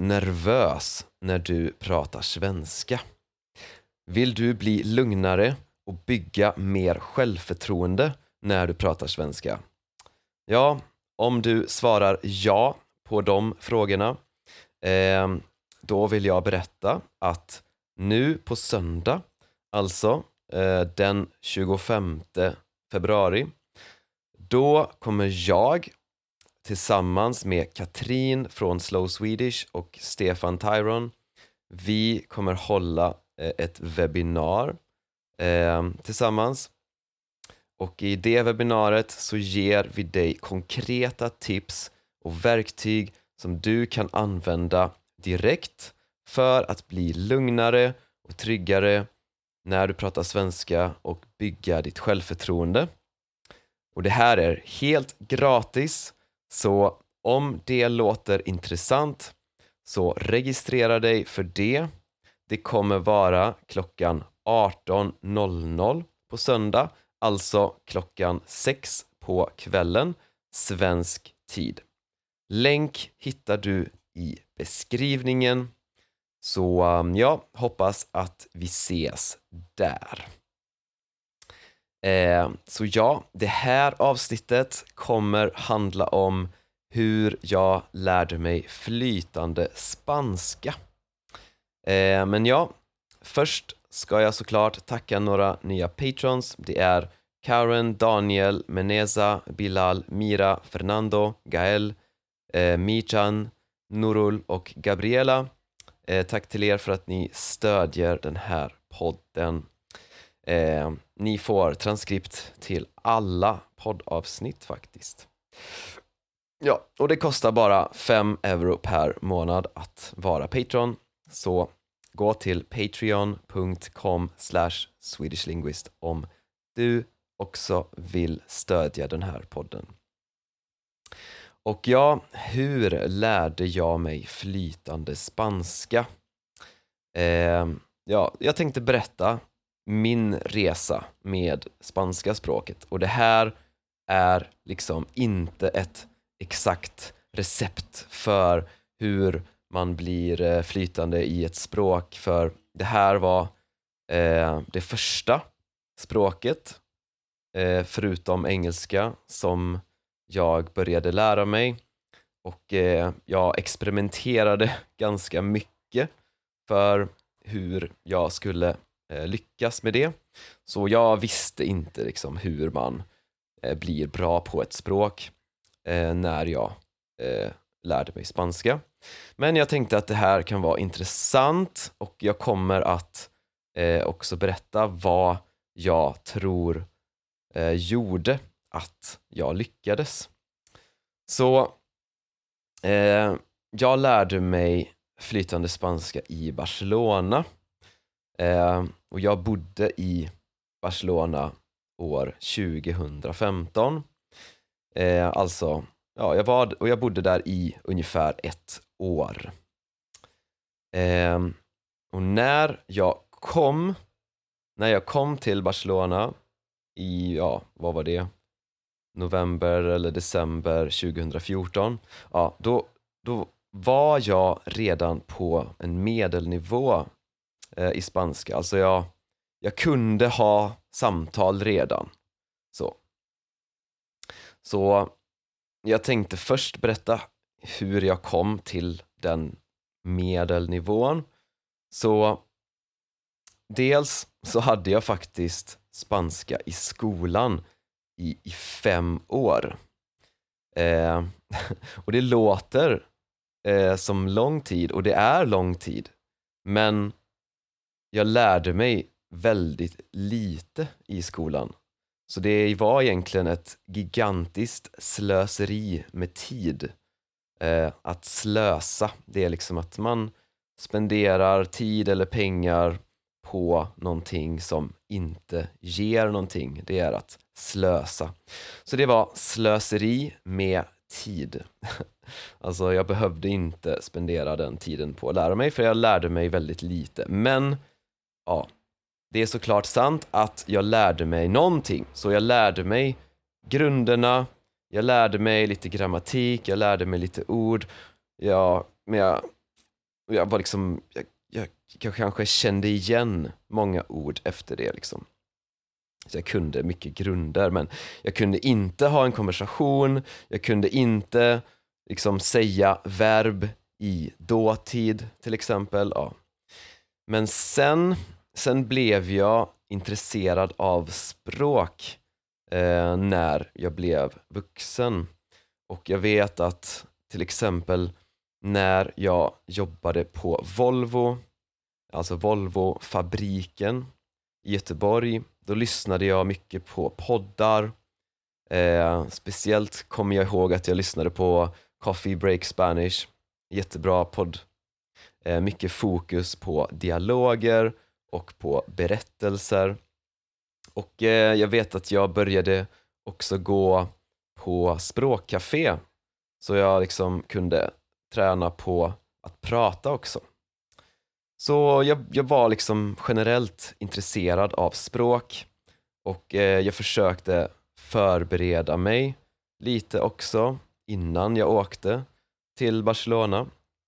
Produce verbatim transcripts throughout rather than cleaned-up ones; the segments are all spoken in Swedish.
nervös när du pratar svenska? Vill du bli lugnare och bygga mer självförtroende när du pratar svenska? Ja, om du svarar ja på de frågorna, eh, då vill jag berätta att nu på söndag, alltså eh, den tjugofemte februari, då kommer jag tillsammans med Katrin från Slow Swedish och Stefan Tyron, vi kommer hålla eh, ett webbinar eh, tillsammans. Och i det webbinariet så ger vi dig konkreta tips och verktyg som du kan använda direkt för att bli lugnare och tryggare när du pratar svenska och bygga ditt självförtroende. Och det här är helt gratis, så om det låter intressant så registrera dig för det. Det kommer vara klockan arton noll noll på söndag, alltså klockan sex på kvällen, svensk tid. Länk hittar du i beskrivningen. Så ja, hoppas att vi ses där. Eh, så ja, det här avsnittet kommer handla om hur jag lärde mig flytande spanska. Eh, men ja, först ska jag såklart tacka några nya patrons. Det är Karen, Daniel, Meneza, Bilal, Mira, Fernando, Gael, eh, Michan, Nurul och Gabriela. Eh, tack till er för att ni stödjer den här podden. Eh, ni får transkript till alla poddavsnitt faktiskt. Ja, och det kostar bara fem euro per månad att vara Patreon. Så gå till patreon punkt com slash swedishlinguist om du också vill stödja den här podden. Och ja, hur lärde jag mig flytande spanska? Eh, ja, jag tänkte berätta min resa med spanska språket. Och det här är liksom inte ett exakt recept för hur man blir flytande i ett språk. För det här var eh, det första språket, eh, förutom engelska, som jag började lära mig. Och eh, jag experimenterade ganska mycket för hur jag skulle eh, lyckas med det. Så jag visste inte liksom hur man eh, blir bra på ett språk eh, när jag eh, lärde mig spanska. Men jag tänkte att det här kan vara intressant, och jag kommer att eh, också berätta vad jag tror eh, gjorde att jag lyckades. Så eh, jag lärde mig flytande spanska i Barcelona. Eh, och jag bodde i Barcelona år tjugohundrafemton. Eh, alltså, ja, jag var och jag bodde där i ungefär ett år. Eh, och när jag kom, när jag kom till Barcelona i, ja, vad var det? November eller december tjugohundrafjorton. Ja, då, då var jag redan på en medelnivå eh, i spanska. Alltså jag, jag kunde ha samtal redan. Så. Så jag tänkte först berätta hur jag kom till den medelnivån. Så dels så hade jag faktiskt spanska i skolan i, i fem år. Eh, och det låter eh, som lång tid, och det är lång tid. Men jag lärde mig väldigt lite i skolan. Så det var egentligen ett gigantiskt slöseri med tid. Eh, att slösa, det är liksom att man spenderar tid eller pengar på någonting som inte ger någonting. Det är att slösa. Så det var slöseri med tid. Alltså jag behövde inte spendera den tiden på att lära mig, för jag lärde mig väldigt lite. Men ja, det är såklart sant att jag lärde mig någonting. Så jag lärde mig grunderna, jag lärde mig lite grammatik, jag lärde mig lite ord. Ja, men jag, och jag var liksom, jag, jag, jag kanske kände igen många ord efter det liksom. Så jag kunde mycket grunder, men jag kunde inte ha en konversation, jag kunde inte liksom säga verb i dåtid till exempel. Ja. Men sen, sen blev jag intresserad av språk eh, när jag blev vuxen. Och jag vet att till exempel när jag jobbade på Volvo, alltså Volvo-fabriken i Göteborg, då lyssnade jag mycket på poddar. Eh, speciellt kommer jag ihåg att jag lyssnade på Coffee Break Spanish, jättebra podd. Eh, mycket fokus på dialoger och på berättelser. Och eh, jag vet att jag började också gå på språkcafé, så jag liksom kunde träna på att prata också. Så jag, jag var liksom generellt intresserad av språk, och eh, jag försökte förbereda mig lite också innan jag åkte till Barcelona.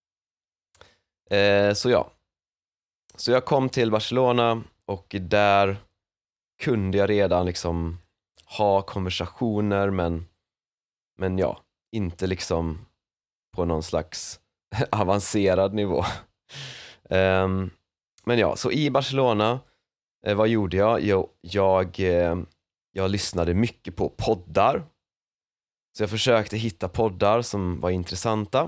Eh, så ja, så jag kom till Barcelona, och där kunde jag redan liksom ha konversationer, men, men ja, inte liksom på någon slags avancerad nivå. um, men ja, så i Barcelona, eh, vad gjorde jag? Jo, jag, eh, jag lyssnade mycket på poddar. Så jag försökte hitta poddar som var intressanta.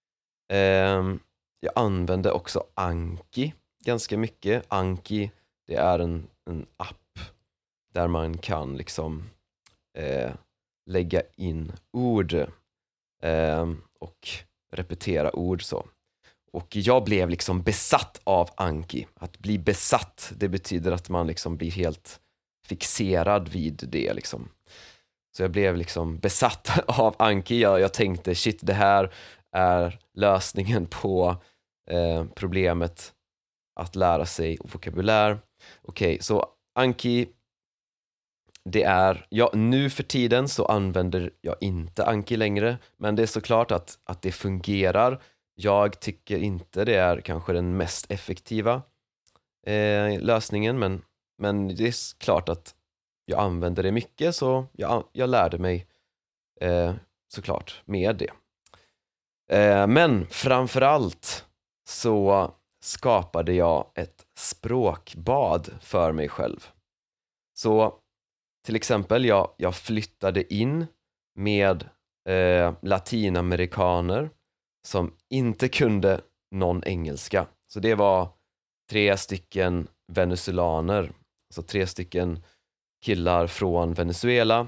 Um, jag använde också Anki ganska mycket. Anki, det är en, en app där man kan liksom eh, lägga in ord eh, och repetera ord så. Och jag blev liksom besatt av Anki. Att bli besatt, det betyder att man liksom blir helt fixerad vid det liksom. Så jag blev liksom besatt av Anki. Jag, jag tänkte, shit, det här är lösningen på eh, problemet att lära sig vokabulär. Okej, okay, så Anki, det är, ja, nu för tiden så använder jag inte Anki längre, men det är såklart att, att det fungerar. Jag tycker inte det är kanske den mest effektiva eh, lösningen, men, men det är klart att jag använder det mycket, så jag, jag lärde mig eh, såklart med det. Eh, men framförallt så skapade jag ett språkbad för mig själv. Så till exempel, jag, jag flyttade in med eh, latinamerikaner som inte kunde någon engelska. Så det var tre stycken venezuelaner, alltså tre stycken killar från Venezuela.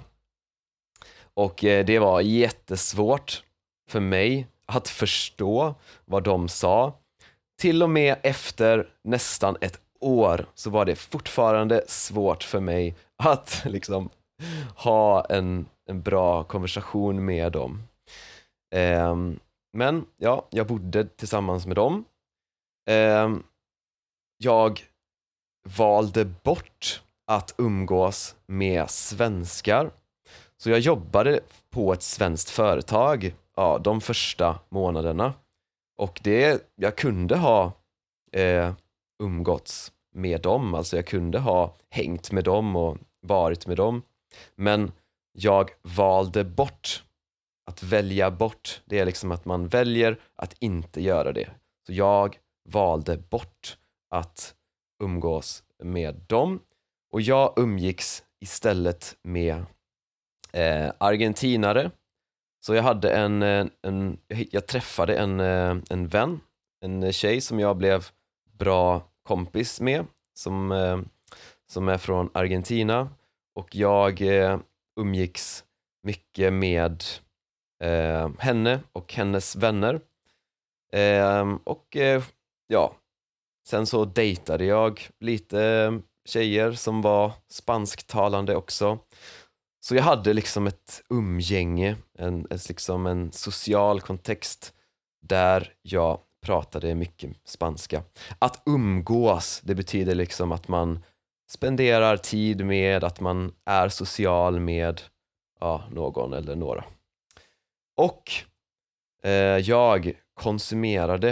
Och eh, det var jättesvårt för mig att förstå vad de sa. Till och med efter nästan ett år så var det fortfarande svårt för mig att liksom ha en, en bra konversation med dem. Um, men ja, jag bodde tillsammans med dem. Um, jag valde bort att umgås med svenskar. Så jag jobbade på ett svenskt företag, ja, de första månaderna. Och det, jag kunde ha eh, umgåtts med dem, alltså jag kunde ha hängt med dem och varit med dem. Men jag valde bort, att välja bort, det är liksom att man väljer att inte göra det. Så jag valde bort att umgås med dem, och jag umgicks istället med eh, argentinare. Så jag hade en, en jag träffade en, en vän, en tjej som jag blev bra kompis med, som, som är från Argentina, och jag umgicks mycket med eh, henne och hennes vänner. Eh, och eh, ja, sen så dejtade jag lite tjejer som var spansktalande också. Så jag hade liksom ett umgänge, en, liksom en social kontext där jag pratade mycket spanska. Att umgås, det betyder liksom att man spenderar tid med, att man är social med ja, någon eller några. Och eh, jag konsumerade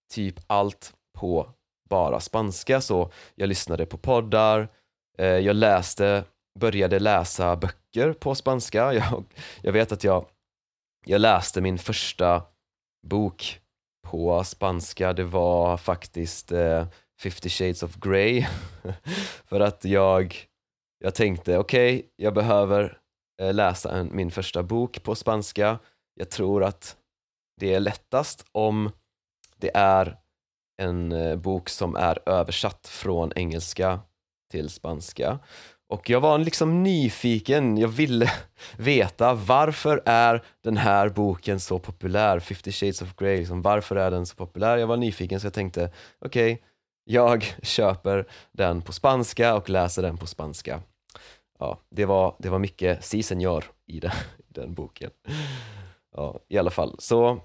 typ allt på bara spanska. Så jag lyssnade på poddar, eh, jag läste, började läsa böcker på spanska. Jag, jag vet att jag, jag läste min första bok på spanska. Det var faktiskt eh, Fifty Shades of Grey. För att jag, jag tänkte, okej, okay, jag behöver eh, läsa en, min första bok på spanska. Jag tror att det är lättast om det är en eh, bok som är översatt från engelska till spanska. Och jag var liksom nyfiken, jag ville veta varför är den här boken så populär, Fifty Shades of Grey, liksom, varför är den så populär? Jag var nyfiken så jag tänkte, okej, okay, jag köper den på spanska och läser den på spanska. Ja, det var, det var mycket sí señor i den, i den boken. Ja, i alla fall. Så,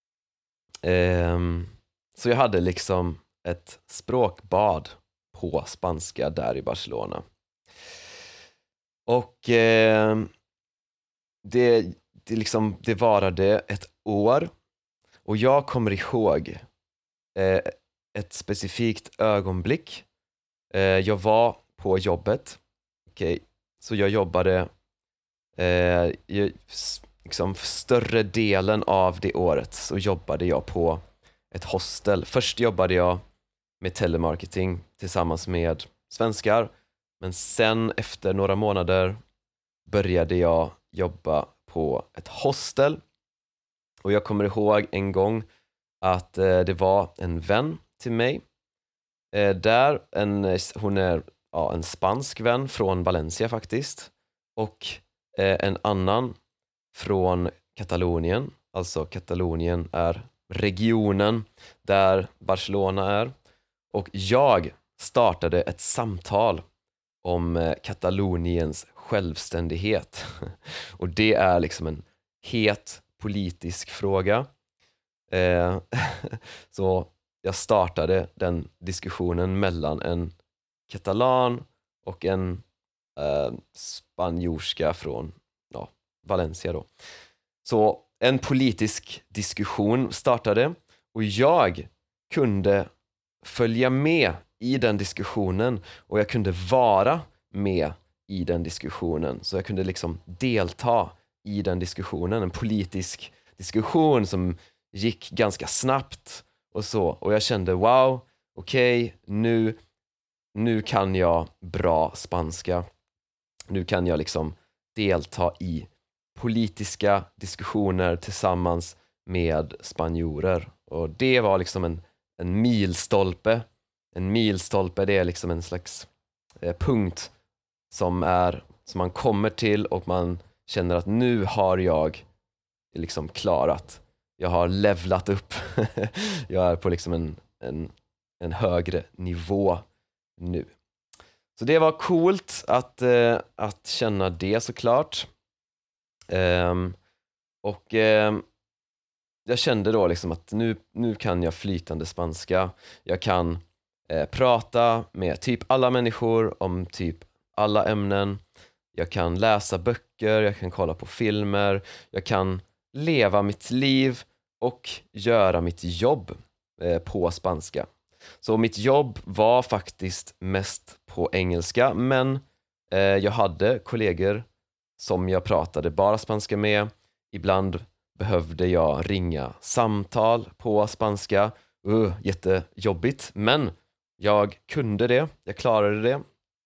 ehm, så jag hade liksom ett språkbad på spanska där i Barcelona. Och eh, det, det, liksom, det varade ett år. Och jag kommer ihåg eh, ett specifikt ögonblick. Eh, jag var på jobbet. Okay. Så jag jobbade eh, jag, liksom, större delen av det året så jobbade jag på ett hostel. Först jobbade jag med telemarketing tillsammans med svenskar. Men sen efter några månader började jag jobba på ett hostel. Och jag kommer ihåg en gång att eh, det var en vän till mig. Eh, där, en, hon är ja, en spansk vän från Valencia faktiskt. Och eh, en annan från Katalonien. Alltså Katalonien är regionen där Barcelona är. Och jag startade ett samtal om Kataloniens självständighet. Och det är liksom en het politisk fråga. Eh, så jag startade den diskussionen mellan en katalan och en eh, spanjorska från ja, Valencia då. Så en politisk diskussion startade och jag kunde följa med i den diskussionen och jag kunde vara med i den diskussionen. Så jag kunde liksom delta i den diskussionen, en politisk diskussion som gick ganska snabbt och så. Och jag kände, wow, okej, okay, nu, nu kan jag bra spanska. Nu kan jag liksom delta i politiska diskussioner tillsammans med spanjorer. Och det var liksom en, en milstolpe. En milstolpe, det är liksom en slags eh, punkt som, är, som man kommer till och man känner att nu har jag liksom klarat. Jag har levlat upp. Jag är på liksom en, en, en högre nivå nu. Så det var coolt att, eh, att känna det såklart. Um, och um, jag kände då liksom att nu, nu kan jag flytande spanska. Jag kan eh, prata med typ alla människor om typ alla ämnen. Jag kan läsa böcker, jag kan kolla på filmer. Jag kan leva mitt liv och göra mitt jobb eh, på spanska. Så mitt jobb var faktiskt mest på engelska, men eh, jag hade kollegor som jag pratade bara spanska med. Ibland behövde jag ringa samtal på spanska. Uh, jättejobbigt, men jag kunde det. Jag klarade det.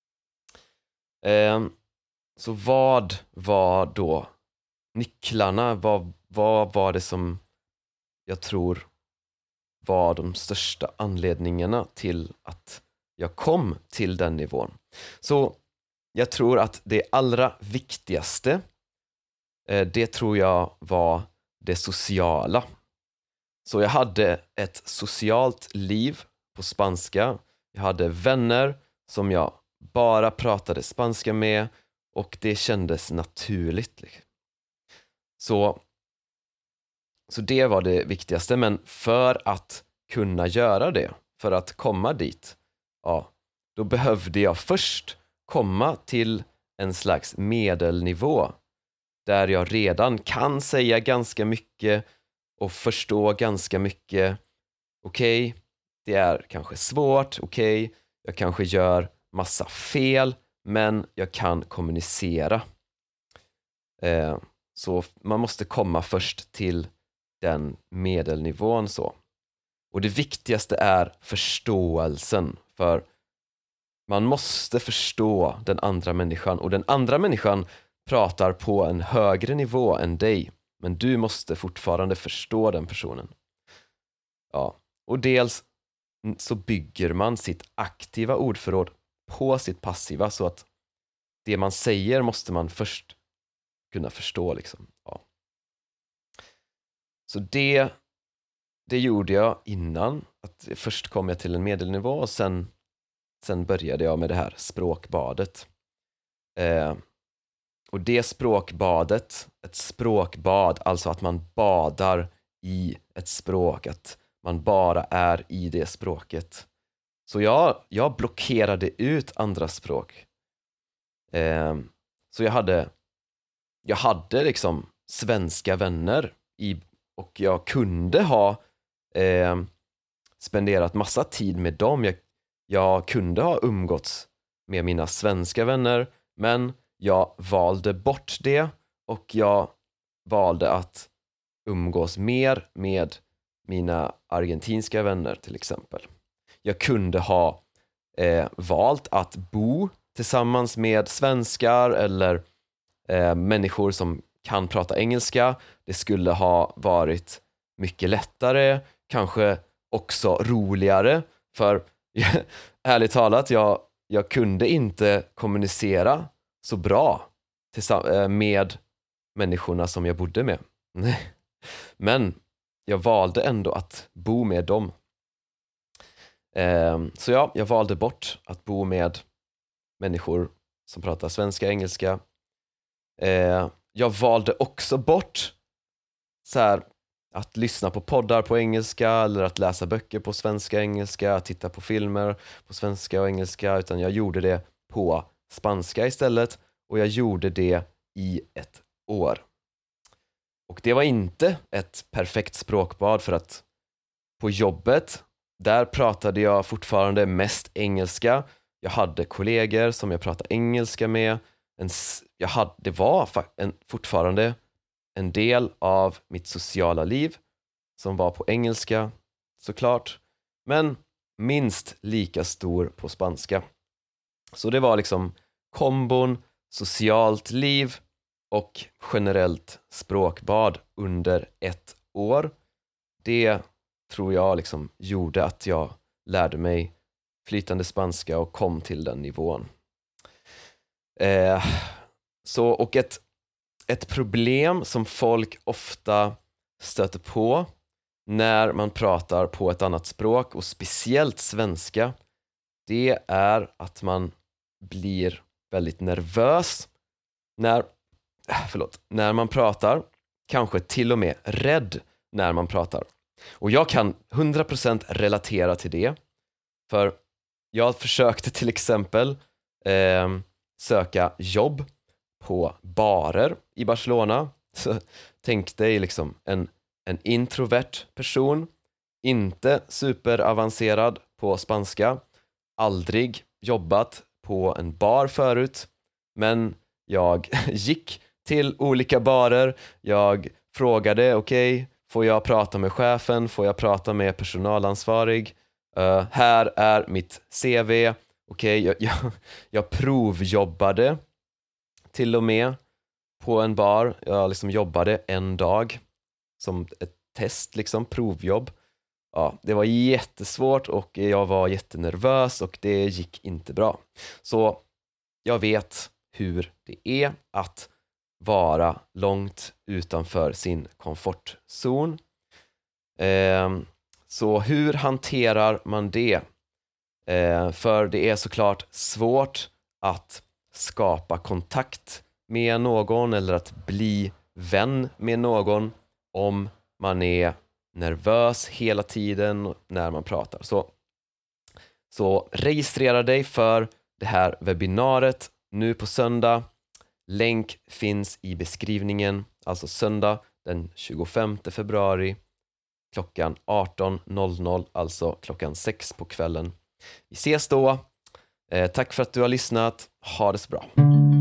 Eh, så vad var då nycklarna? Vad, vad var det som jag tror var de största anledningarna till att jag kom till den nivån? Så jag tror att det allra viktigaste, eh, det tror jag var det sociala. Så jag hade ett socialt liv på spanska. Jag hade vänner som jag bara pratade spanska med och det kändes naturligt. Så, så det var det viktigaste, men för att kunna göra det, för att komma dit, ja, då behövde jag först komma till en slags medelnivå där jag redan kan säga ganska mycket och förstå ganska mycket okej, okay, det är kanske svårt, okej, okay, jag kanske gör massa fel, men jag kan kommunicera. Eh, så man måste komma först till den medelnivån så. Och det viktigaste är förståelsen, för man måste förstå den andra människan, och den andra människan pratar på en högre nivå än dig, men du måste fortfarande förstå den personen. Ja, och dels så bygger man sitt aktiva ordförråd på sitt passiva, så att det man säger måste man först kunna förstå liksom. Ja. Så det det gjorde jag innan, att först kom jag till en medelnivå och sen sen började jag med det här språkbadet. Eh, och det språkbadet, ett språkbad, alltså att man badar i ett språk, att man bara är i det språket. Så jag, jag blockerade ut andra språk. Eh, så jag hade jag hade liksom svenska vänner i, och jag kunde ha eh, spenderat massa tid med dem. Jag, jag kunde ha umgåtts med mina svenska vänner, men jag valde bort det och jag valde att umgås mer med mina argentinska vänner till exempel. Jag kunde ha eh, valt att bo tillsammans med svenskar eller eh, människor som kan prata engelska. Det skulle ha varit mycket lättare, kanske också roligare, för ärligt talat, jag, jag kunde inte kommunicera så bra med människorna som jag bodde med. Men jag valde ändå att bo med dem. Så ja, jag valde bort att bo med människor som pratar svenska, engelska. Jag valde också bort så här, att lyssna på poddar på engelska eller att läsa böcker på svenska, engelska, titta på filmer på svenska och engelska, utan jag gjorde det på spanska istället, och jag gjorde det i ett år. Och det var inte ett perfekt språkbad, för att på jobbet, där pratade jag fortfarande mest engelska. Jag hade kollegor som jag pratade engelska med. En, jag hade, det var en, fortfarande en del av mitt sociala liv som var på engelska, såklart, men minst lika stor på spanska. Så det var liksom kombon socialt liv och generellt språkbad under ett år. Det tror jag liksom gjorde att jag lärde mig flytande spanska och kom till den nivån. Eh, så, och ett, ett problem som folk ofta stöter på när man pratar på ett annat språk, och speciellt svenska, det är att man blir väldigt nervös när, förlåt, när man pratar, kanske till och med rädd när man pratar. Och jag kan hundra procent relatera till det, för jag försökte till exempel eh, söka jobb på barer i Barcelona. Så tänk dig liksom en, en introvert person, inte superavancerad på spanska, aldrig jobbat på en bar förut, men jag gick till olika barer, jag frågade, okej, okay, får jag prata med chefen, får jag prata med personalansvarig, uh, här är mitt C V, okej, okay, jag, jag, jag provjobbade till och med på en bar. Jag liksom jobbade en dag som ett test, liksom provjobb. Ja, det var jättesvårt och jag var jättenervös och det gick inte bra. Så jag vet hur det är att vara långt utanför sin komfortzon. Eh, så hur hanterar man det? Eh, för det är såklart svårt att skapa kontakt med någon eller att bli vän med någon om man är nervös hela tiden när man pratar. Så, så registrera dig för det här webbinariet nu på söndag. Länk finns i beskrivningen, alltså söndag den tjugofemte februari. klockan arton noll noll, alltså klockan sex på kvällen. Vi ses då. Eh, tack för att du har lyssnat. Ha det så bra.